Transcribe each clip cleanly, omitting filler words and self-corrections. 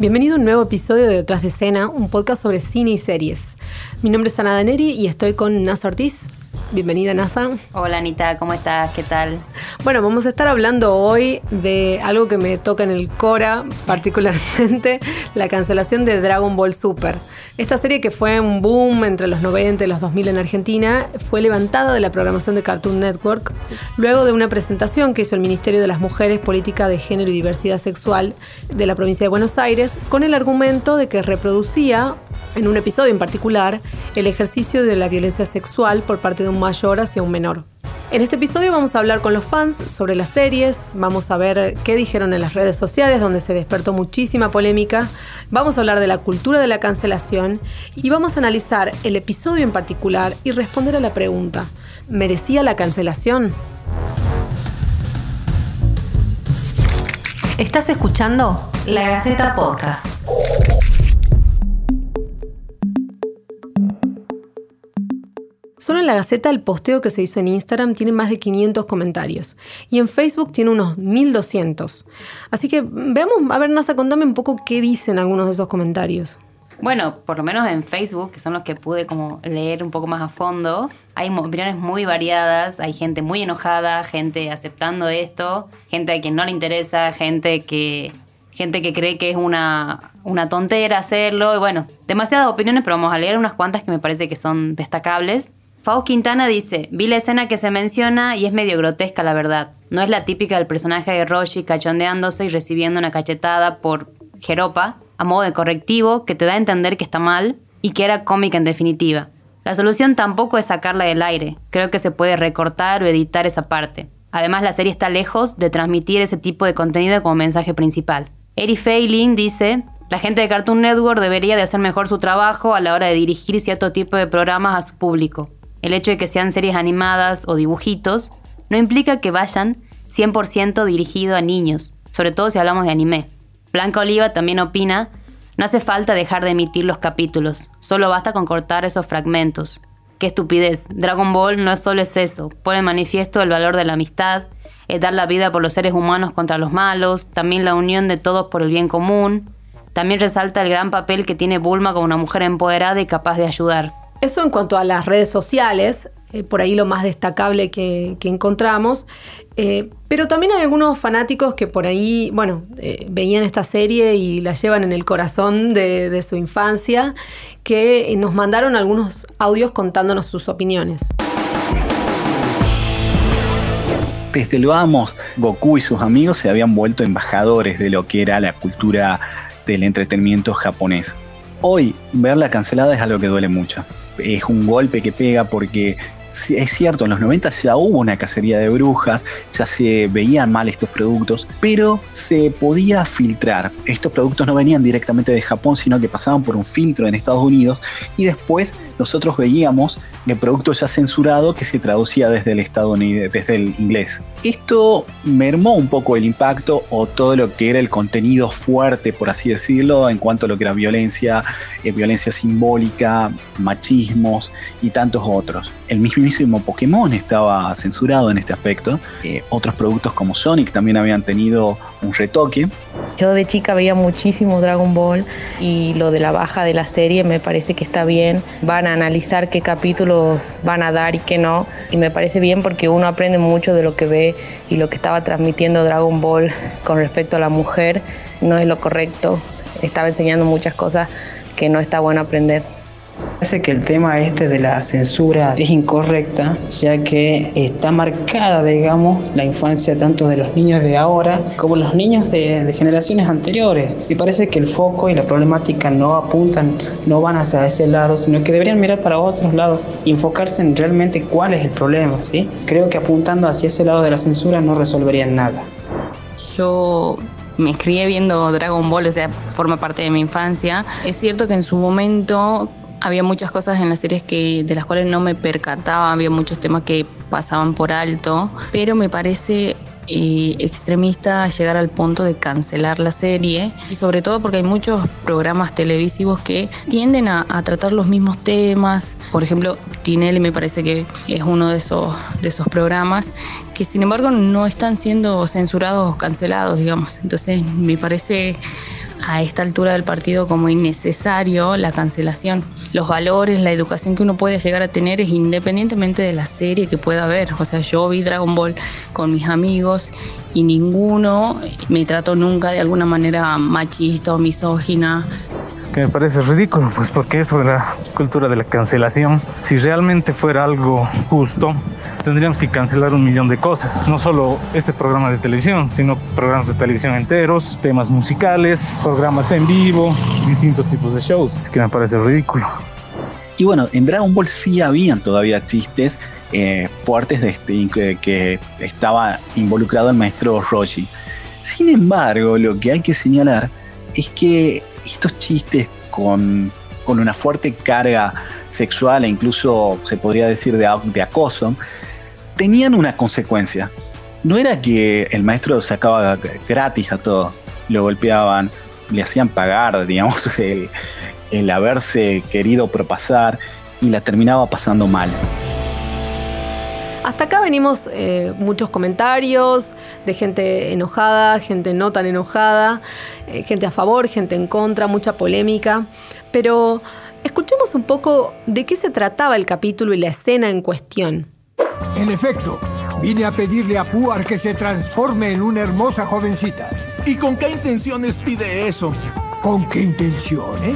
Bienvenido a un nuevo episodio de Detrás de Escena, un podcast sobre cine y series. Mi nombre es Ana Daneri y estoy con Nasa Ortiz. Bienvenida, Nasa. Hola, Anita, ¿cómo estás? ¿Qué tal? Bueno, vamos a estar hablando hoy de algo que me toca en el cora, particularmente la cancelación de Dragon Ball Super. Esta serie, que fue un boom entre los 90 y los 2000 en Argentina, fue levantada de la programación de Cartoon Network luego de una presentación que hizo el Ministerio de las Mujeres, Política de Género y Diversidad Sexual de la provincia de Buenos Aires, con el argumento de que reproducía, en un episodio en particular, el ejercicio de la violencia sexual por parte de un mayor hacia un menor. En este episodio vamos a hablar con los fans sobre las series, vamos a ver qué dijeron en las redes sociales, donde se despertó muchísima polémica, vamos a hablar de la cultura de la cancelación y vamos a analizar el episodio en particular y responder a la pregunta: ¿merecía la cancelación? Estás escuchando La Gaceta Podcast. Solo en La Gaceta el posteo que se hizo en Instagram tiene más de 500 comentarios y en Facebook tiene unos 1200. Así que veamos, a ver, Nasa, contame un poco qué dicen algunos de esos comentarios. Bueno, por lo menos en Facebook, que son los que pude como leer un poco más a fondo, hay opiniones muy variadas, hay gente muy enojada, gente aceptando esto, gente a quien no le interesa, gente que cree que es una tontera hacerlo, y bueno, demasiadas opiniones, pero vamos a leer unas cuantas que me parece que son destacables. Faust Quintana dice: vi la escena que se menciona y es medio grotesca, la verdad. No es la típica del personaje de Roshi cachondeándose y recibiendo una cachetada por Jeropa a modo de correctivo, que te da a entender que está mal y que era cómica en definitiva. La solución tampoco es sacarla del aire. Creo que se puede recortar o editar esa parte. Además, la serie está lejos de transmitir ese tipo de contenido como mensaje principal. Eri Feiling dice: la gente de Cartoon Network debería de hacer mejor su trabajo a la hora de dirigir cierto tipo de programas a su público. El hecho de que sean series animadas o dibujitos no implica que vayan 100% dirigido a niños, sobre todo si hablamos de anime. Blanca Oliva también opina: no hace falta dejar de emitir los capítulos, solo basta con cortar esos fragmentos. ¡Qué estupidez! Dragon Ball no solo es eso, pone en manifiesto el valor de la amistad, es dar la vida por los seres humanos contra los malos, también la unión de todos por el bien común. También resalta el gran papel que tiene Bulma como una mujer empoderada y capaz de ayudar. Eso en cuanto a las redes sociales, por ahí lo más destacable que encontramos. Pero también hay algunos fanáticos que por ahí, veían esta serie y la llevan en el corazón de su infancia, que nos mandaron algunos audios contándonos sus opiniones. Desde el vamos, Goku y sus amigos se habían vuelto embajadores de lo que era la cultura del entretenimiento japonés. Hoy, verla cancelada es algo que duele mucho. Es un golpe que pega porque es cierto, en los 90 ya hubo una cacería de brujas, ya se veían mal estos productos, pero se podía filtrar. Estos productos no venían directamente de Japón, sino que pasaban por un filtro en Estados Unidos y después nosotros veíamos el producto ya censurado que se traducía desde el inglés. Esto mermó un poco el impacto o todo lo que era el contenido fuerte, por así decirlo, en cuanto a lo que era violencia simbólica, machismos y tantos otros. El mismísimo Pokémon estaba censurado en este aspecto. Otros productos como Sonic también habían tenido un retoque. Yo de chica veía muchísimo Dragon Ball y lo de la baja de la serie me parece que está bien. Van a analizar qué capítulos van a dar y qué no. Y me parece bien porque uno aprende mucho de lo que ve y lo que estaba transmitiendo Dragon Ball con respecto a la mujer no es lo correcto. Estaba enseñando muchas cosas que no está bueno aprender. Parece que el tema de la censura es incorrecta, ya que está marcada, la infancia tanto de los niños de ahora como los niños de generaciones anteriores. Y parece que el foco y la problemática no van hacia ese lado, sino que deberían mirar para otros lados y enfocarse en realmente cuál es el problema, ¿sí? Creo que apuntando hacia ese lado de la censura no resolverían nada. Yo me crié viendo Dragon Ball, forma parte de mi infancia. Es cierto que en su momento había muchas cosas en las series de las cuales no me percataba, había muchos temas que pasaban por alto, pero me parece extremista llegar al punto de cancelar la serie, y sobre todo porque hay muchos programas televisivos que tienden a tratar los mismos temas. Por ejemplo, Tinelli me parece que es uno de esos programas que sin embargo no están siendo censurados o cancelados, digamos. Entonces me parece a esta altura del partido como innecesario la cancelación. Los valores, la educación que uno puede llegar a tener es independientemente de la serie que pueda ver. O sea, yo vi Dragon Ball con mis amigos y ninguno me trató nunca de alguna manera machista o misógina. Que me parece ridículo, pues porque eso de la cultura de la cancelación, si realmente fuera algo justo, tendríamos que cancelar 1.000.000 de cosas, no solo este programa de televisión, sino programas de televisión enteros, temas musicales, programas en vivo, distintos tipos de shows, así que me parece ridículo. Y bueno, en Dragon Ball sí habían todavía chistes fuertes que estaba involucrado el maestro Roshi. Sin embargo, lo que hay que señalar es que estos chistes con una fuerte carga sexual e incluso se podría decir de acoso, tenían una consecuencia. No era que el maestro sacaba gratis a todo, lo golpeaban, le hacían pagar, digamos, el haberse querido propasar y la terminaba pasando mal. Hasta acá venimos muchos comentarios de gente enojada, gente no tan enojada, gente a favor, gente en contra, mucha polémica. Pero escuchemos un poco de qué se trataba el capítulo y la escena en cuestión. En efecto, vine a pedirle a Puar que se transforme en una hermosa jovencita. ¿Y con qué intenciones pide eso? ¿Con qué intenciones?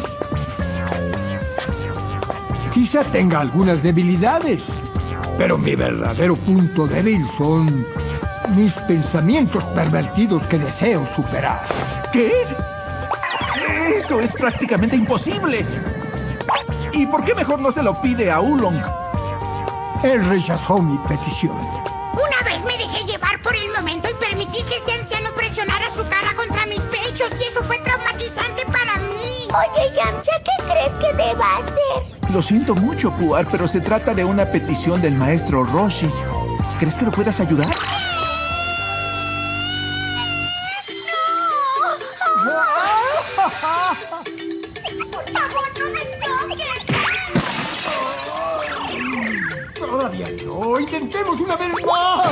Quizá tenga algunas debilidades. Pero mi verdadero punto débil son mis pensamientos pervertidos que deseo superar. ¿Qué? Eso es prácticamente imposible. ¿Y por qué mejor no se lo pide a Oolong? Él rechazó mi petición. Una vez me dejé llevar por el momento y permití que ese anciano presionara su cara contra mis pechos y eso fue traumatizante para mí. Oye, Yamcha, ¿qué crees que deba hacer? Lo siento mucho, Puar, pero se trata de una petición del maestro Roshi. ¿Crees que lo puedas ayudar? ¡No! ¡Por favor, no me toques! Todavía no. Intentemos una vez más.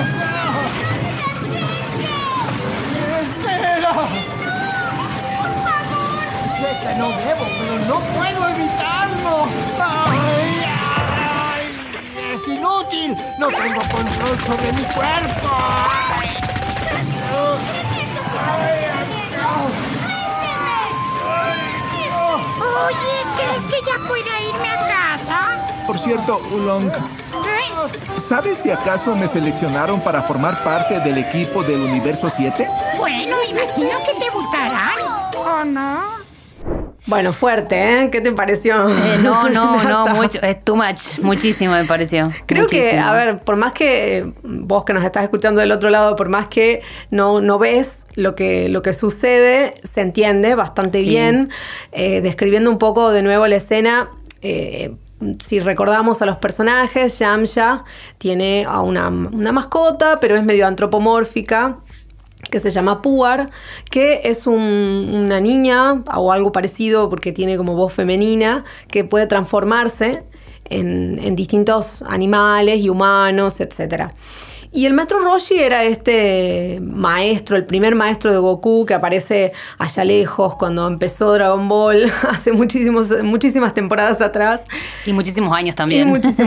¡Espera! ¡Por favor! Sé que no debo, pero no puedo evitarlo. ¡Ay, ay! ¡Es inútil! ¡No tengo control sobre mi cuerpo! ¡Ay! Oye, ¿crees que ya pueda irme a casa? Por cierto, Oolong, ¿sabes si acaso me seleccionaron para formar parte del equipo del Universo 7? Bueno, imagino que te buscarán, ¿o no? Bueno, fuerte, ¿eh? ¿Qué te pareció? No, mucho, es too much, muchísimo me pareció. Creo muchísimo. Que, a ver, por más que vos que nos estás escuchando del otro lado, por más que no ves lo que sucede, se entiende bastante bien. Describiendo un poco de nuevo la escena, si recordamos a los personajes, Yamcha tiene a una mascota, pero es medio antropomórfica, que se llama Puar, que es una niña o algo parecido porque tiene como voz femenina, que puede transformarse en distintos animales y humanos, etc. Y el maestro Roshi era este maestro, el primer maestro de Goku que aparece allá lejos cuando empezó Dragon Ball hace muchísimas temporadas atrás. Y muchísimos años también.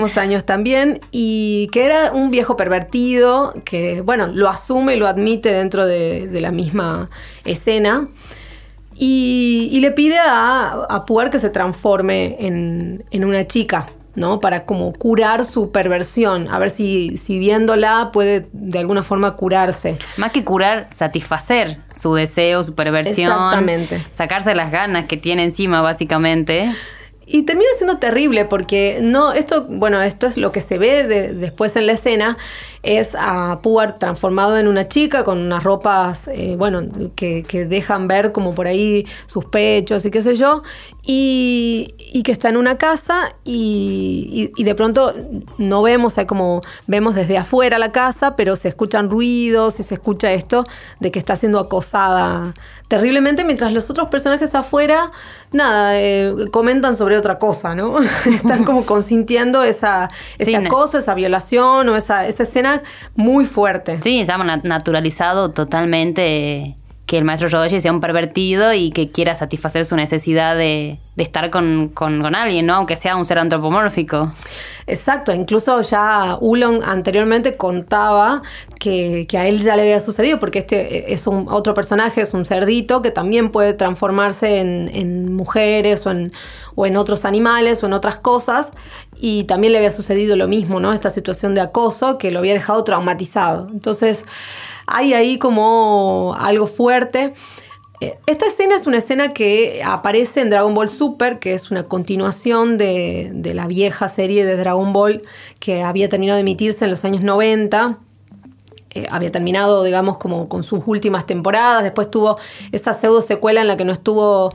Y que era un viejo pervertido que, bueno, lo asume y lo admite dentro de la misma escena. Y le pide a Puar que se transforme en una chica, ¿no? Para como curar su perversión, a ver si viéndola puede de alguna forma curarse. Más que curar, satisfacer su deseo, su perversión. Exactamente. Sacarse las ganas que tiene encima, básicamente. Y termina siendo terrible porque esto es lo que se ve después en la escena, es a Puar transformado en una chica con unas ropas, que dejan ver como por ahí sus pechos y qué sé yo, y que está en una casa y de pronto no vemos, vemos desde afuera la casa, pero se escuchan ruidos y se escucha esto de que está siendo acosada terriblemente, mientras los otros personajes afuera, comentan sobre otra cosa, ¿no? Están como consintiendo esa cosa, esa violación o esa escena muy fuerte. Sí, está naturalizado totalmente que el maestro Roshi sea un pervertido y que quiera satisfacer su necesidad de estar con alguien, ¿no? Aunque sea un ser antropomórfico. Exacto, incluso ya Oolong anteriormente contaba que a él ya le había sucedido, porque este es otro personaje, es un cerdito que también puede transformarse en mujeres o en otros animales o en otras cosas, y también le había sucedido lo mismo, ¿no? Esta situación de acoso que lo había dejado traumatizado. Entonces hay ahí como algo fuerte. Esta escena es una escena que aparece en Dragon Ball Super, que es una continuación de la vieja serie de Dragon Ball que había terminado de emitirse en los años 90. Había terminado, digamos, como con sus últimas temporadas. Después tuvo esa pseudo secuela en la que no estuvo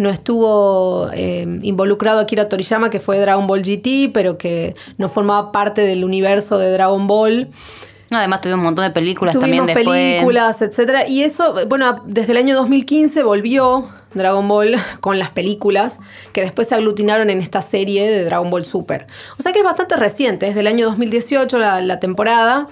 involucrado Akira Toriyama, que fue Dragon Ball GT, pero que no formaba parte del universo de Dragon Ball. Además tuvimos un montón de películas Tuvimos también después. Películas, etcétera. Y eso, bueno, desde el año 2015 volvió Dragon Ball con las películas que después se aglutinaron en esta serie de Dragon Ball Super. O sea que es bastante reciente, es del año 2018 la temporada.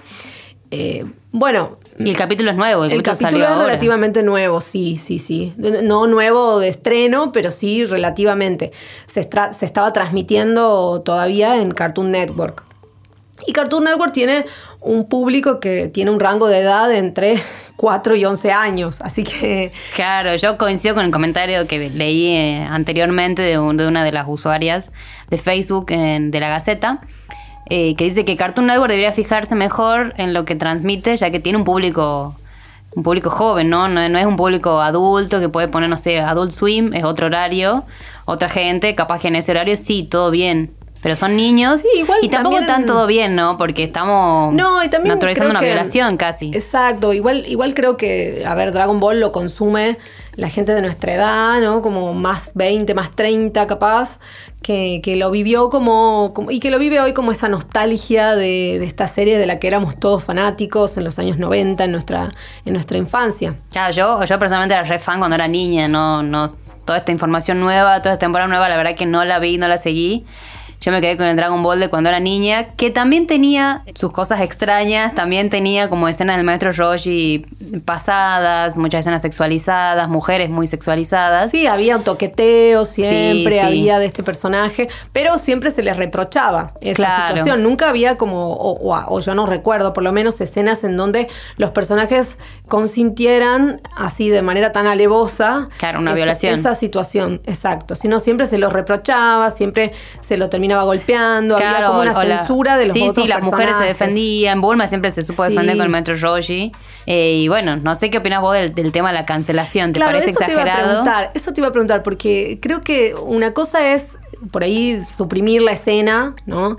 Bueno... Y el capítulo es nuevo, el capítulo es relativamente nuevo, sí. No nuevo de estreno, pero sí relativamente. Se estaba transmitiendo todavía en Cartoon Network. Y Cartoon Network tiene un público que tiene un rango de edad entre 4 y 11 años, así que... Claro, yo coincido con el comentario que leí anteriormente de una de las usuarias de Facebook de La Gaceta, que dice que Cartoon Network debería fijarse mejor en lo que transmite, ya que tiene un público joven, ¿no? No es un público adulto que puede poner, no sé, Adult Swim, es otro horario, otra gente, capaz que en ese horario sí, todo bien. Pero son niños, sí, igual y tampoco están todo bien, ¿no? Porque estamos naturalizando una violación casi. Exacto, igual creo que, a ver, Dragon Ball lo consume la gente de nuestra edad, ¿no? Como más 20, más 30 capaz, que lo vivió y que lo vive hoy como esa nostalgia de esta serie de la que éramos todos fanáticos en los años 90, en nuestra infancia. Claro, yo personalmente era re fan cuando era niña, no toda esta información nueva, toda esta temporada nueva, la verdad que no la vi, no la seguí. Yo me quedé con el Dragon Ball de cuando era niña, que también tenía sus cosas extrañas, también tenía como escenas del maestro Roshi pasadas, muchas escenas sexualizadas, mujeres muy sexualizadas. Sí, había un toqueteo siempre, había de este personaje, pero siempre se les reprochaba esa situación. Nunca había como, o yo no recuerdo por lo menos, escenas en donde los personajes consintieran así de manera tan alevosa. Claro, una violación. Esa situación, exacto. Sino siempre se los reprochaba, siempre se lo terminaba golpeando, había como una censura de los otros personajes. Sí, las mujeres se defendían. Bulma siempre se supo defender con el maestro Roshi. Y bueno, no sé qué opinas vos del tema de la cancelación. ¿Te parece exagerado? Eso te iba a preguntar, porque creo que una cosa es por ahí suprimir la escena, ¿no?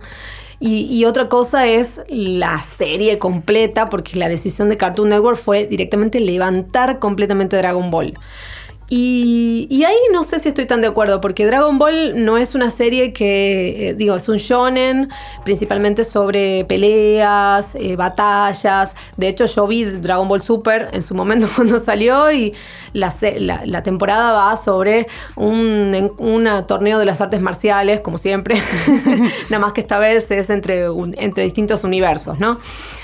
Y otra cosa es la serie completa, porque la decisión de Cartoon Network fue directamente levantar completamente Dragon Ball. Y ahí no sé si estoy tan de acuerdo, porque Dragon Ball no es una serie que, es un shonen, principalmente sobre peleas, batallas. De hecho, yo vi Dragon Ball Super en su momento cuando salió, y la temporada va sobre un torneo de las artes marciales, como siempre. Nada más que esta vez es entre distintos universos, ¿no?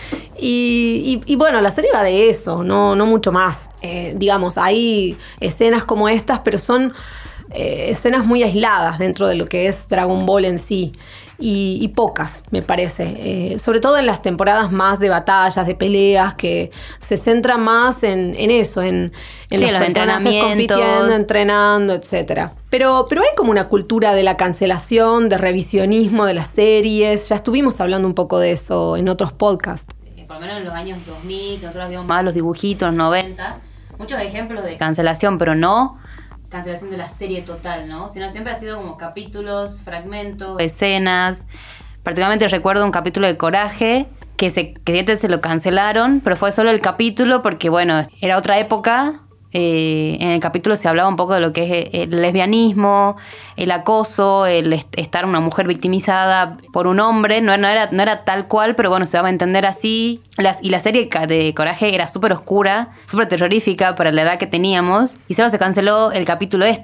Y bueno, la serie va de eso, no mucho más. Hay escenas como estas, pero son escenas muy aisladas dentro de lo que es Dragon Ball en sí. Y pocas, me parece. Sobre todo en las temporadas más de batallas, de peleas, que se centra más en eso, en los personajes compitiendo, entrenando, etcétera. Pero hay como una cultura de la cancelación, de revisionismo de las series. Ya estuvimos hablando un poco de eso en otros podcasts. Por lo menos en los años 2000, que nosotros vimos más los dibujitos, 90, muchos ejemplos de cancelación, pero no cancelación de la serie total, ¿no? Sino siempre ha sido como capítulos, fragmentos, escenas. Particularmente recuerdo un capítulo de Coraje que se lo cancelaron, pero fue solo el capítulo porque, bueno, era otra época. En el capítulo se hablaba un poco de lo que es el lesbianismo, el acoso, el estar una mujer victimizada por un hombre. No era tal cual, pero bueno, se daba a entender así. Y la serie de Coraje era súper oscura, súper terrorífica para la edad que teníamos. Y solo se canceló el capítulo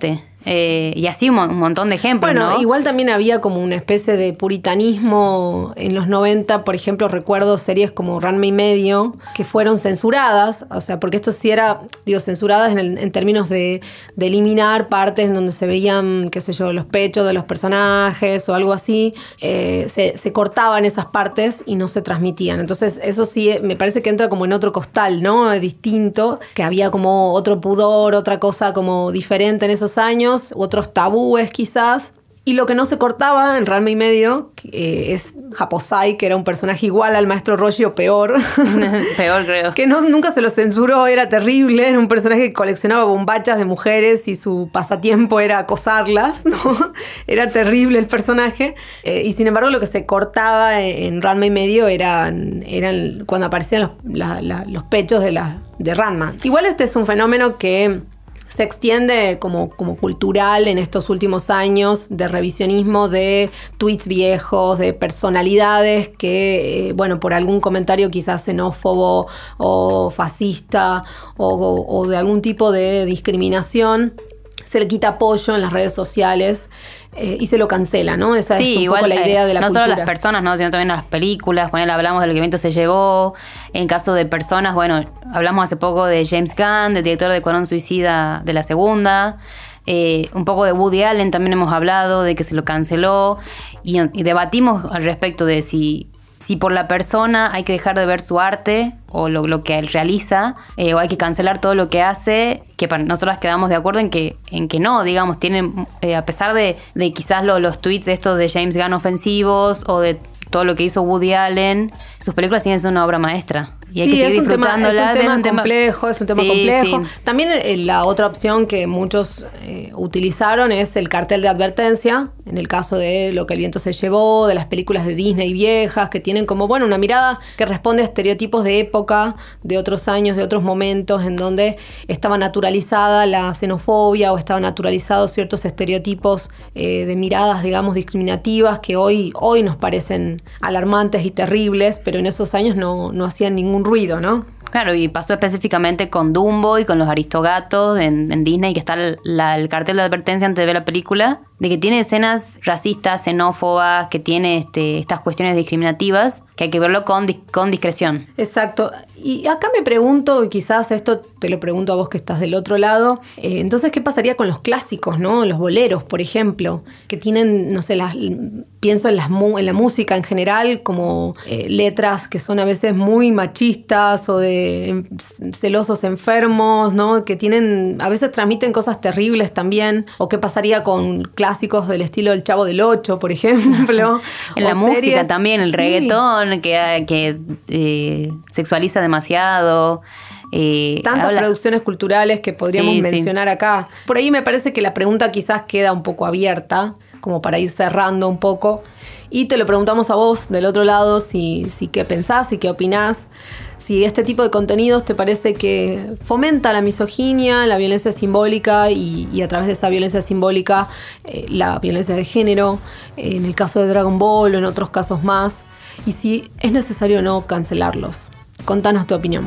Y así un montón de ejemplos, bueno, ¿no? Igual también había como una especie de puritanismo en los 90. Por ejemplo, recuerdo series como Ranma y medio que fueron censuradas. O sea, porque esto sí era, censuradas en términos de eliminar partes en donde se veían, qué sé yo, los pechos de los personajes o algo así. Se cortaban esas partes y no se transmitían. Entonces, eso sí me parece que entra como en otro costal, ¿no? Distinto, que había como otro pudor, otra cosa como diferente en esos años, otros tabúes quizás. Y lo que no se cortaba en Ranma y medio es Japosai, que era un personaje igual al maestro Roshi o peor. Peor, creo. Que nunca se lo censuró, era terrible. Era un personaje que coleccionaba bombachas de mujeres y su pasatiempo era acosarlas, ¿no? Era terrible el personaje. Y sin embargo, lo que se cortaba en Ranma y medio eran cuando aparecían los pechos de Ranma. Igual este es un fenómeno que se extiende como cultural en estos últimos años, de revisionismo de tweets viejos, de personalidades que, por algún comentario quizás xenófobo o fascista o de algún tipo de discriminación, se le quita apoyo en las redes sociales y se lo cancela, ¿no? Esa es un poco la idea de la cultura. No solo a las personas, ¿no? Sino también a las películas. Hablamos de lo que el viento se llevó. En caso de personas, hablamos hace poco de James Gunn, del director de Cuarón Suicida de la segunda. Un poco de Woody Allen también hemos hablado, de que se lo canceló. Y debatimos al respecto de si por la persona hay que dejar de ver su arte o lo que él realiza, o hay que cancelar todo lo que hace, que nosotras quedamos de acuerdo en que no, digamos, tienen, a pesar de quizás los tweets estos de James Gunn ofensivos o de todo lo que hizo Woody Allen, sus películas siguen siendo una obra maestra. Y hay que seguir disfrutándolas. Es un tema complejo. Sí. También la otra opción que muchos utilizaron es el cartel de advertencia, en el caso de Lo que el viento se llevó, de las películas de Disney viejas, que tienen como, una mirada que responde a estereotipos de época, de otros años, de otros momentos, en donde estaba naturalizada la xenofobia o estaban naturalizados ciertos estereotipos de miradas, digamos, discriminativas, que hoy nos parecen alarmantes y terribles, pero en esos años no hacían ningún ruido, ¿no? Claro, y pasó específicamente con Dumbo y con los Aristogatos en Disney, que está el cartel de advertencia antes de ver la película, de que tiene escenas racistas, xenófobas, que tiene estas cuestiones discriminativas, que hay que verlo con discreción. Exacto. Y acá me pregunto, y quizás esto te lo pregunto a vos que estás del otro lado, entonces, ¿qué pasaría con los clásicos, no? Los boleros, por ejemplo, que tienen, no sé, pienso en la música en general, como letras que son a veces muy machistas o de celosos enfermos, ¿no? Que a veces transmiten cosas terribles también. O qué pasaría con clásicos del estilo del Chavo del Ocho, por ejemplo. En la música también, el reggaetón, que sexualiza demasiado. Tantas producciones culturales que podríamos mencionar acá. Por ahí me parece que la pregunta quizás queda un poco abierta, como para ir cerrando un poco. Y te lo preguntamos a vos del otro lado, si qué pensás y qué opinás. Si este tipo de contenidos te parece que fomenta la misoginia, la violencia simbólica y a través de esa violencia simbólica la violencia de género, en el caso de Dragon Ball o en otros casos más, y si es necesario o no cancelarlos. Contanos tu opinión.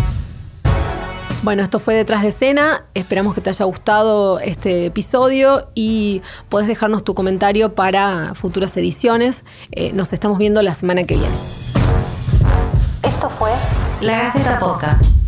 Bueno, esto fue Detrás de Escena. Esperamos que te haya gustado este episodio y podés dejarnos tu comentario para futuras ediciones. Nos estamos viendo la semana que viene. Esto fue La Gaceta Podcast.